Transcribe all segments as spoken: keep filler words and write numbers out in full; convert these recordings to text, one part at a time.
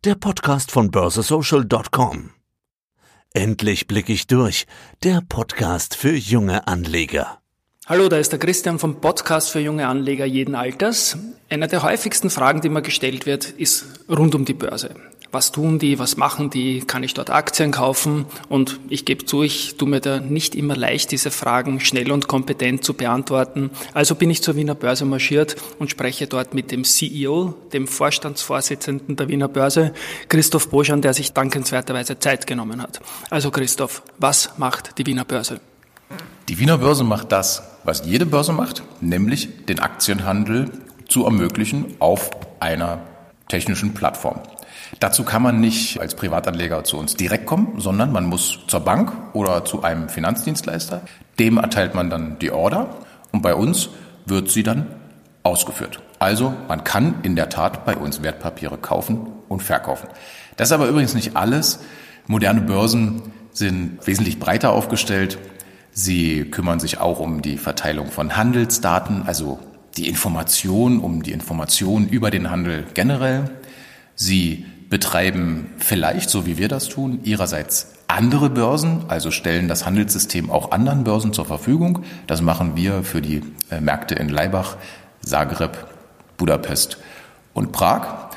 der Podcast von börse social punkt com. Endlich blicke ich durch, der Podcast für junge Anleger. Hallo, da ist der Christian vom Podcast für junge Anleger jeden Alters. Eine der häufigsten Fragen, die mir gestellt wird, ist rund um die Börse. Was tun die, was machen die, kann ich dort Aktien kaufen? Und ich gebe zu, ich tue mir da nicht immer leicht, diese Fragen schnell und kompetent zu beantworten. Also bin ich zur Wiener Börse marschiert und spreche dort mit dem C E O, dem Vorstandsvorsitzenden der Wiener Börse, Christoph Boschan, der sich dankenswerterweise Zeit genommen hat. Also Christoph, was macht die Wiener Börse? Die Wiener Börse macht das, was jede Börse macht, nämlich den Aktienhandel zu ermöglichen auf einer technischen Plattform. Dazu kann man nicht als Privatanleger zu uns direkt kommen, sondern man muss zur Bank oder zu einem Finanzdienstleister. Dem erteilt man dann die Order und bei uns wird sie dann ausgeführt. Also man kann in der Tat bei uns Wertpapiere kaufen und verkaufen. Das ist aber übrigens nicht alles. Moderne Börsen sind wesentlich breiter aufgestellt. Sie kümmern sich auch um die Verteilung von Handelsdaten, also die Information, um die Information über den Handel generell. Sie betreiben vielleicht, so wie wir das tun, ihrerseits andere Börsen, also stellen das Handelssystem auch anderen Börsen zur Verfügung. Das machen wir für die Märkte in Laibach, Zagreb, Budapest und Prag.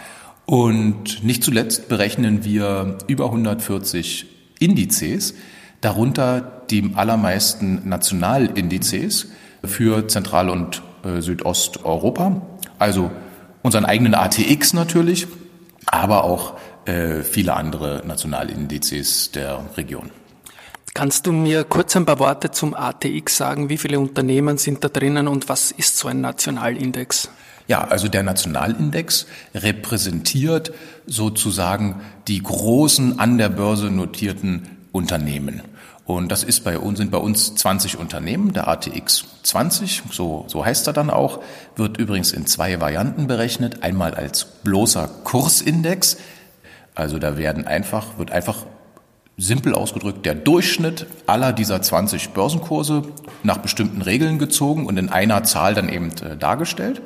Und nicht zuletzt berechnen wir über hundertvierzig Indizes, darunter die allermeisten Nationalindizes für Zentral- und äh, Südosteuropa, also unseren eigenen A T X natürlich, aber auch äh, viele andere Nationalindizes der Region. Kannst du mir kurz ein paar Worte zum A T X sagen? Wie viele Unternehmen sind da drinnen und was ist so ein Nationalindex? Ja, also der Nationalindex repräsentiert sozusagen die großen an der Börse notierten Unternehmen. Und das ist bei uns, sind bei uns zwanzig Unternehmen, der A T X zwanzig, so, so heißt er dann auch, wird übrigens in zwei Varianten berechnet. Einmal als bloßer Kursindex, also da werden einfach, wird einfach simpel ausgedrückt der Durchschnitt aller dieser zwanzig Börsenkurse nach bestimmten Regeln gezogen und in einer Zahl dann eben äh, dargestellt.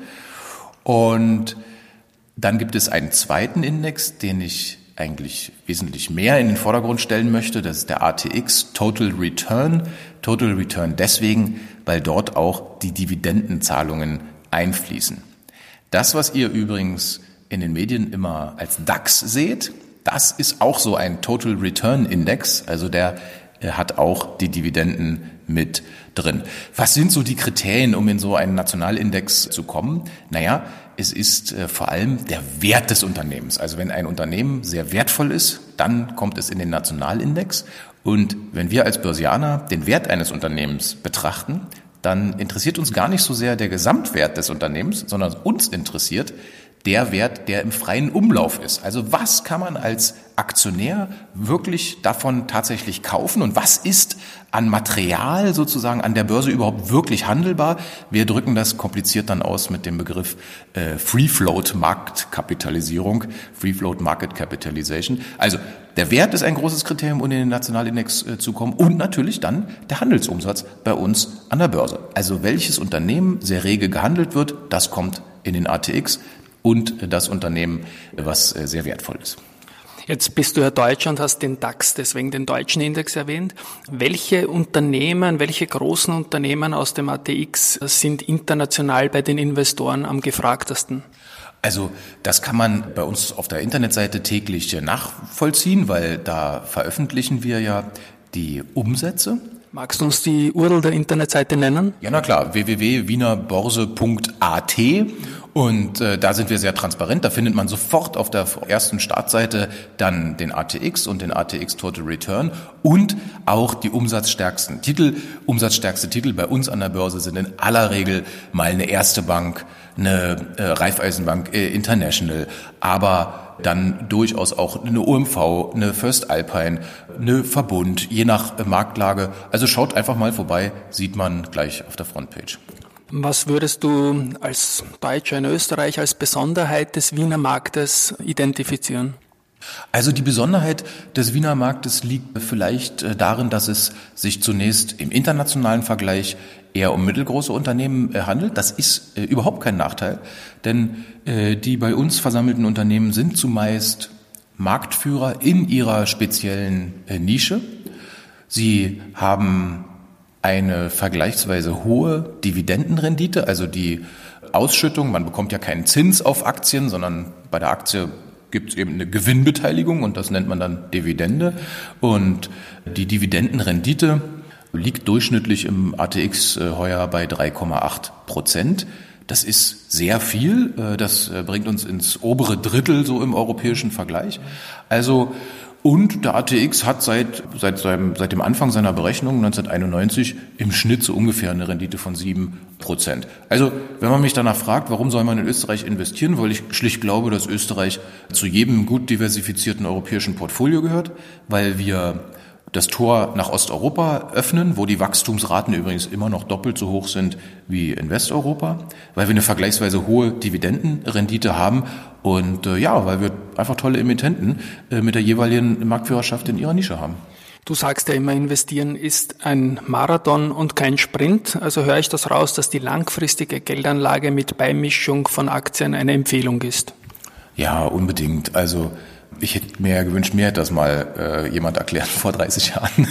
Und dann gibt es einen zweiten Index, den ich eigentlich wesentlich mehr in den Vordergrund stellen möchte. Das ist der A T X Total Return. Total Return deswegen, weil dort auch die Dividendenzahlungen einfließen. Das, was ihr übrigens in den Medien immer als DAX seht, das ist auch so ein Total Return Index. Also der hat auch die Dividenden mit drin. Was sind so die Kriterien, um in so einen Nationalindex zu kommen? Naja, es ist äh, vor allem der Wert des Unternehmens. Also wenn ein Unternehmen sehr wertvoll ist, dann kommt es in den Nationalindex. Und wenn wir als Börsianer den Wert eines Unternehmens betrachten, dann interessiert uns gar nicht so sehr der Gesamtwert des Unternehmens, sondern uns interessiert der Wert, der im freien Umlauf ist. Also was kann man als Aktionär wirklich davon tatsächlich kaufen und was ist an Material sozusagen an der Börse überhaupt wirklich handelbar? Wir drücken das kompliziert dann aus mit dem Begriff äh, Free Float Marktkapitalisierung, Free Float Market Capitalization. Also der Wert ist ein großes Kriterium, um in den Nationalindex äh, zu kommen und natürlich dann der Handelsumsatz bei uns an der Börse. Also welches Unternehmen sehr rege gehandelt wird, das kommt in den A T X. Und das Unternehmen, was sehr wertvoll ist. Jetzt bist du ja Deutscher und hast den DAX, deswegen den deutschen Index erwähnt. Welche Unternehmen, welche großen Unternehmen aus dem A T X sind international bei den Investoren am gefragtesten? Also das kann man bei uns auf der Internetseite täglich nachvollziehen, weil da veröffentlichen wir ja die Umsätze. Magst du uns die U R L der Internetseite nennen? Ja, na klar, w w w punkt wienerbörse punkt a t und äh, da sind wir sehr transparent. Da findet man sofort auf der ersten Startseite dann den A T X und den A T X Total Return und auch die umsatzstärksten Titel. Umsatzstärkste Titel bei uns an der Börse sind in aller Regel mal eine Erste Bank, eine äh, Raiffeisenbank äh, International, aber dann durchaus auch eine O M V, eine First Alpine, eine Verbund, je nach Marktlage. Also schaut einfach mal vorbei, sieht man gleich auf der Frontpage. Was würdest du als Deutscher in Österreich als Besonderheit des Wiener Marktes identifizieren? Also die Besonderheit des Wiener Marktes liegt vielleicht darin, dass es sich zunächst im internationalen Vergleich eher um mittelgroße Unternehmen handelt. Das ist überhaupt kein Nachteil, denn die bei uns versammelten Unternehmen sind zumeist Marktführer in ihrer speziellen äh, Nische. Sie haben eine vergleichsweise hohe Dividendenrendite, also die Ausschüttung. Man bekommt ja keinen Zins auf Aktien, sondern bei der Aktie gibt es eben eine Gewinnbeteiligung und das nennt man dann Dividende. Und die Dividendenrendite liegt durchschnittlich im A T X äh, heuer bei drei Komma acht Prozent. Das ist sehr viel. Das bringt uns ins obere Drittel so im europäischen Vergleich. Also, und der A T X hat seit, seit seinem, seit dem Anfang seiner Berechnung neunzehnhunderteinundneunzig im Schnitt so ungefähr eine Rendite von sieben Prozent. Also, wenn man mich danach fragt, warum soll man in Österreich investieren, weil ich schlicht glaube, dass Österreich zu jedem gut diversifizierten europäischen Portfolio gehört, weil wir das Tor nach Osteuropa öffnen, wo die Wachstumsraten übrigens immer noch doppelt so hoch sind wie in Westeuropa, weil wir eine vergleichsweise hohe Dividendenrendite haben und äh, ja, weil wir einfach tolle Emittenten äh, mit der jeweiligen Marktführerschaft in ihrer Nische haben. Du sagst ja immer, investieren ist ein Marathon und kein Sprint. Also höre ich das raus, dass die langfristige Geldanlage mit Beimischung von Aktien eine Empfehlung ist? Ja, unbedingt. Also ich hätte mir gewünscht, mir hätte das mal äh, jemand erklärt vor dreißig Jahren.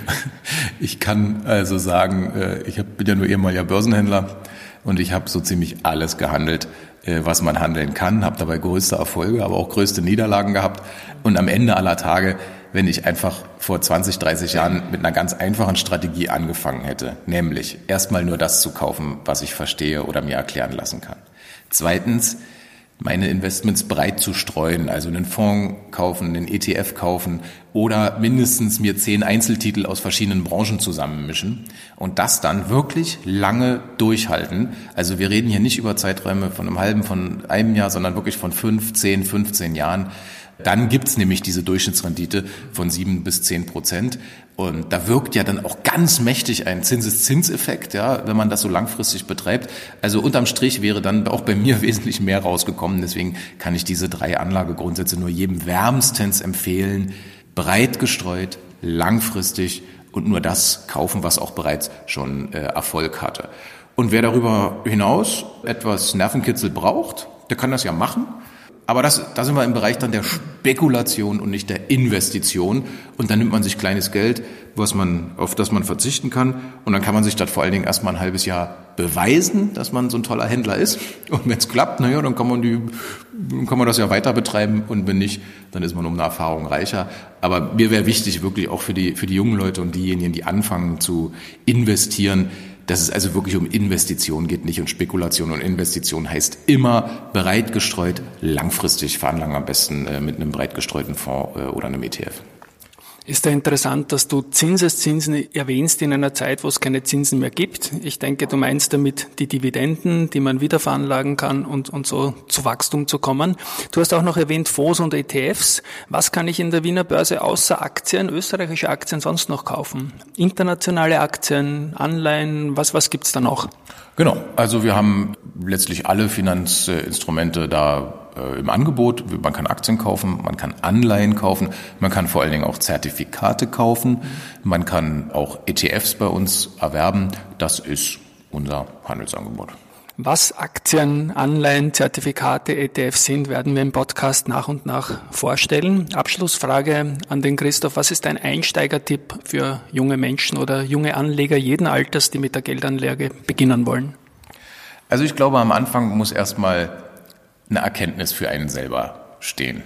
Ich kann also sagen, äh, ich hab, bin ja nur ehemaliger Börsenhändler und ich habe so ziemlich alles gehandelt, äh, was man handeln kann, habe dabei größte Erfolge, aber auch größte Niederlagen gehabt. Und am Ende aller Tage, wenn ich einfach vor zwanzig, dreißig Jahren mit einer ganz einfachen Strategie angefangen hätte, nämlich erstmal nur das zu kaufen, was ich verstehe oder mir erklären lassen kann. Zweitens, meine Investments breit zu streuen, also einen Fonds kaufen, einen E T F kaufen oder mindestens mir zehn Einzeltitel aus verschiedenen Branchen zusammenmischen und das dann wirklich lange durchhalten. Also wir reden hier nicht über Zeiträume von einem halben, von einem Jahr, sondern wirklich von fünf, zehn, fünfzehn Jahren. Dann gibt's nämlich diese Durchschnittsrendite von sieben bis zehn Prozent. Und da wirkt ja dann auch ganz mächtig ein Zinseszinseffekt, ja, wenn man das so langfristig betreibt. Also unterm Strich wäre dann auch bei mir wesentlich mehr rausgekommen. Deswegen kann ich diese drei Anlagegrundsätze nur jedem wärmstens empfehlen. Breit gestreut, langfristig und nur das kaufen, was auch bereits schon äh, Erfolg hatte. Und wer darüber hinaus etwas Nervenkitzel braucht, der kann das ja machen. Aber das, da sind wir im Bereich dann der Spekulation und nicht der Investition. Und dann nimmt man sich kleines Geld, was man, auf das man verzichten kann. Und dann kann man sich das vor allen Dingen erstmal ein halbes Jahr beweisen, dass man so ein toller Händler ist. Und wenn es klappt, naja, dann kann man die, dann kann man das ja weiter betreiben. Und wenn nicht, dann ist man um eine Erfahrung reicher. Aber mir wäre wichtig, wirklich auch für die, für die jungen Leute und diejenigen, die anfangen zu investieren, dass es also wirklich um Investition geht, nicht um Spekulation. Und Investition heißt immer breit gestreut, langfristig veranlagen, am besten mit einem breit gestreuten Fonds oder einem E T F. Ist ja interessant, dass du Zinseszinsen erwähnst in einer Zeit, wo es keine Zinsen mehr gibt. Ich denke, du meinst damit die Dividenden, die man wieder veranlagen kann und, und so zu Wachstum zu kommen. Du hast auch noch erwähnt Fonds und E T Fs. Was kann ich in der Wiener Börse außer Aktien, österreichische Aktien sonst noch kaufen? Internationale Aktien, Anleihen, was, was gibt's da noch? Genau, also wir haben letztlich alle Finanzinstrumente da äh, im Angebot. Man kann Aktien kaufen, man kann Anleihen kaufen, man kann vor allen Dingen auch Zertifikate kaufen, man kann auch E T Fs bei uns erwerben. Das ist unser Handelsangebot. Was Aktien, Anleihen, Zertifikate, E T Fs sind, werden wir im Podcast nach und nach vorstellen. Abschlussfrage an den Christoph. Was ist dein Einsteigertipp für junge Menschen oder junge Anleger jeden Alters, die mit der Geldanlage beginnen wollen? Also ich glaube, am Anfang muss erstmal eine Erkenntnis für einen selber stehen.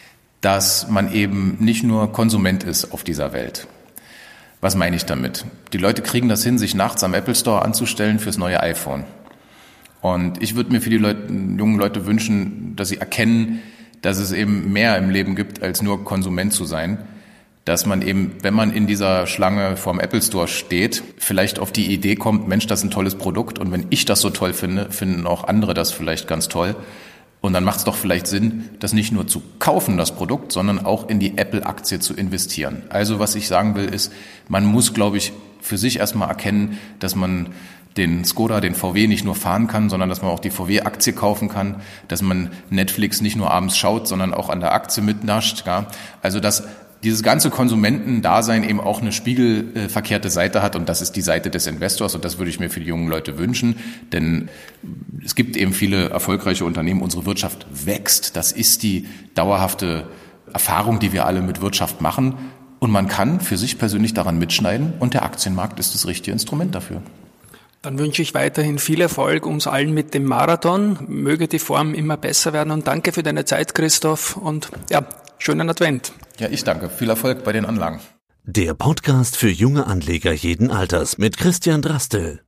Dass man eben nicht nur Konsument ist auf dieser Welt. Was meine ich damit? Die Leute kriegen das hin, sich nachts am Apple Store anzustellen fürs neue iPhone. Und ich würde mir für die Leute, jungen Leute wünschen, dass sie erkennen, dass es eben mehr im Leben gibt, als nur Konsument zu sein. Dass man eben, wenn man in dieser Schlange vorm Apple Store steht, vielleicht auf die Idee kommt, Mensch, das ist ein tolles Produkt. Und wenn ich das so toll finde, finden auch andere das vielleicht ganz toll. Und dann macht es doch vielleicht Sinn, das nicht nur zu kaufen, das Produkt, sondern auch in die Apple-Aktie zu investieren. Also was ich sagen will, ist, man muss, glaube ich, für sich erstmal erkennen, dass man den Skoda, den V W nicht nur fahren kann, sondern dass man auch die V W-Aktie kaufen kann, dass man Netflix nicht nur abends schaut, sondern auch an der Aktie mitnascht. Ja? Also dass dieses ganze Konsumentendasein eben auch eine spiegelverkehrte Seite hat und das ist die Seite des Investors und das würde ich mir für die jungen Leute wünschen, denn es gibt eben viele erfolgreiche Unternehmen, unsere Wirtschaft wächst, das ist die dauerhafte Erfahrung, die wir alle mit Wirtschaft machen. Und man kann für sich persönlich daran mitschneiden und der Aktienmarkt ist das richtige Instrument dafür. Dann wünsche ich weiterhin viel Erfolg uns allen mit dem Marathon. Möge die Form immer besser werden und danke für deine Zeit, Christoph, und ja, schönen Advent. Ja, ich danke. Viel Erfolg bei den Anlagen. Der Podcast für junge Anleger jeden Alters mit Christian Drastel.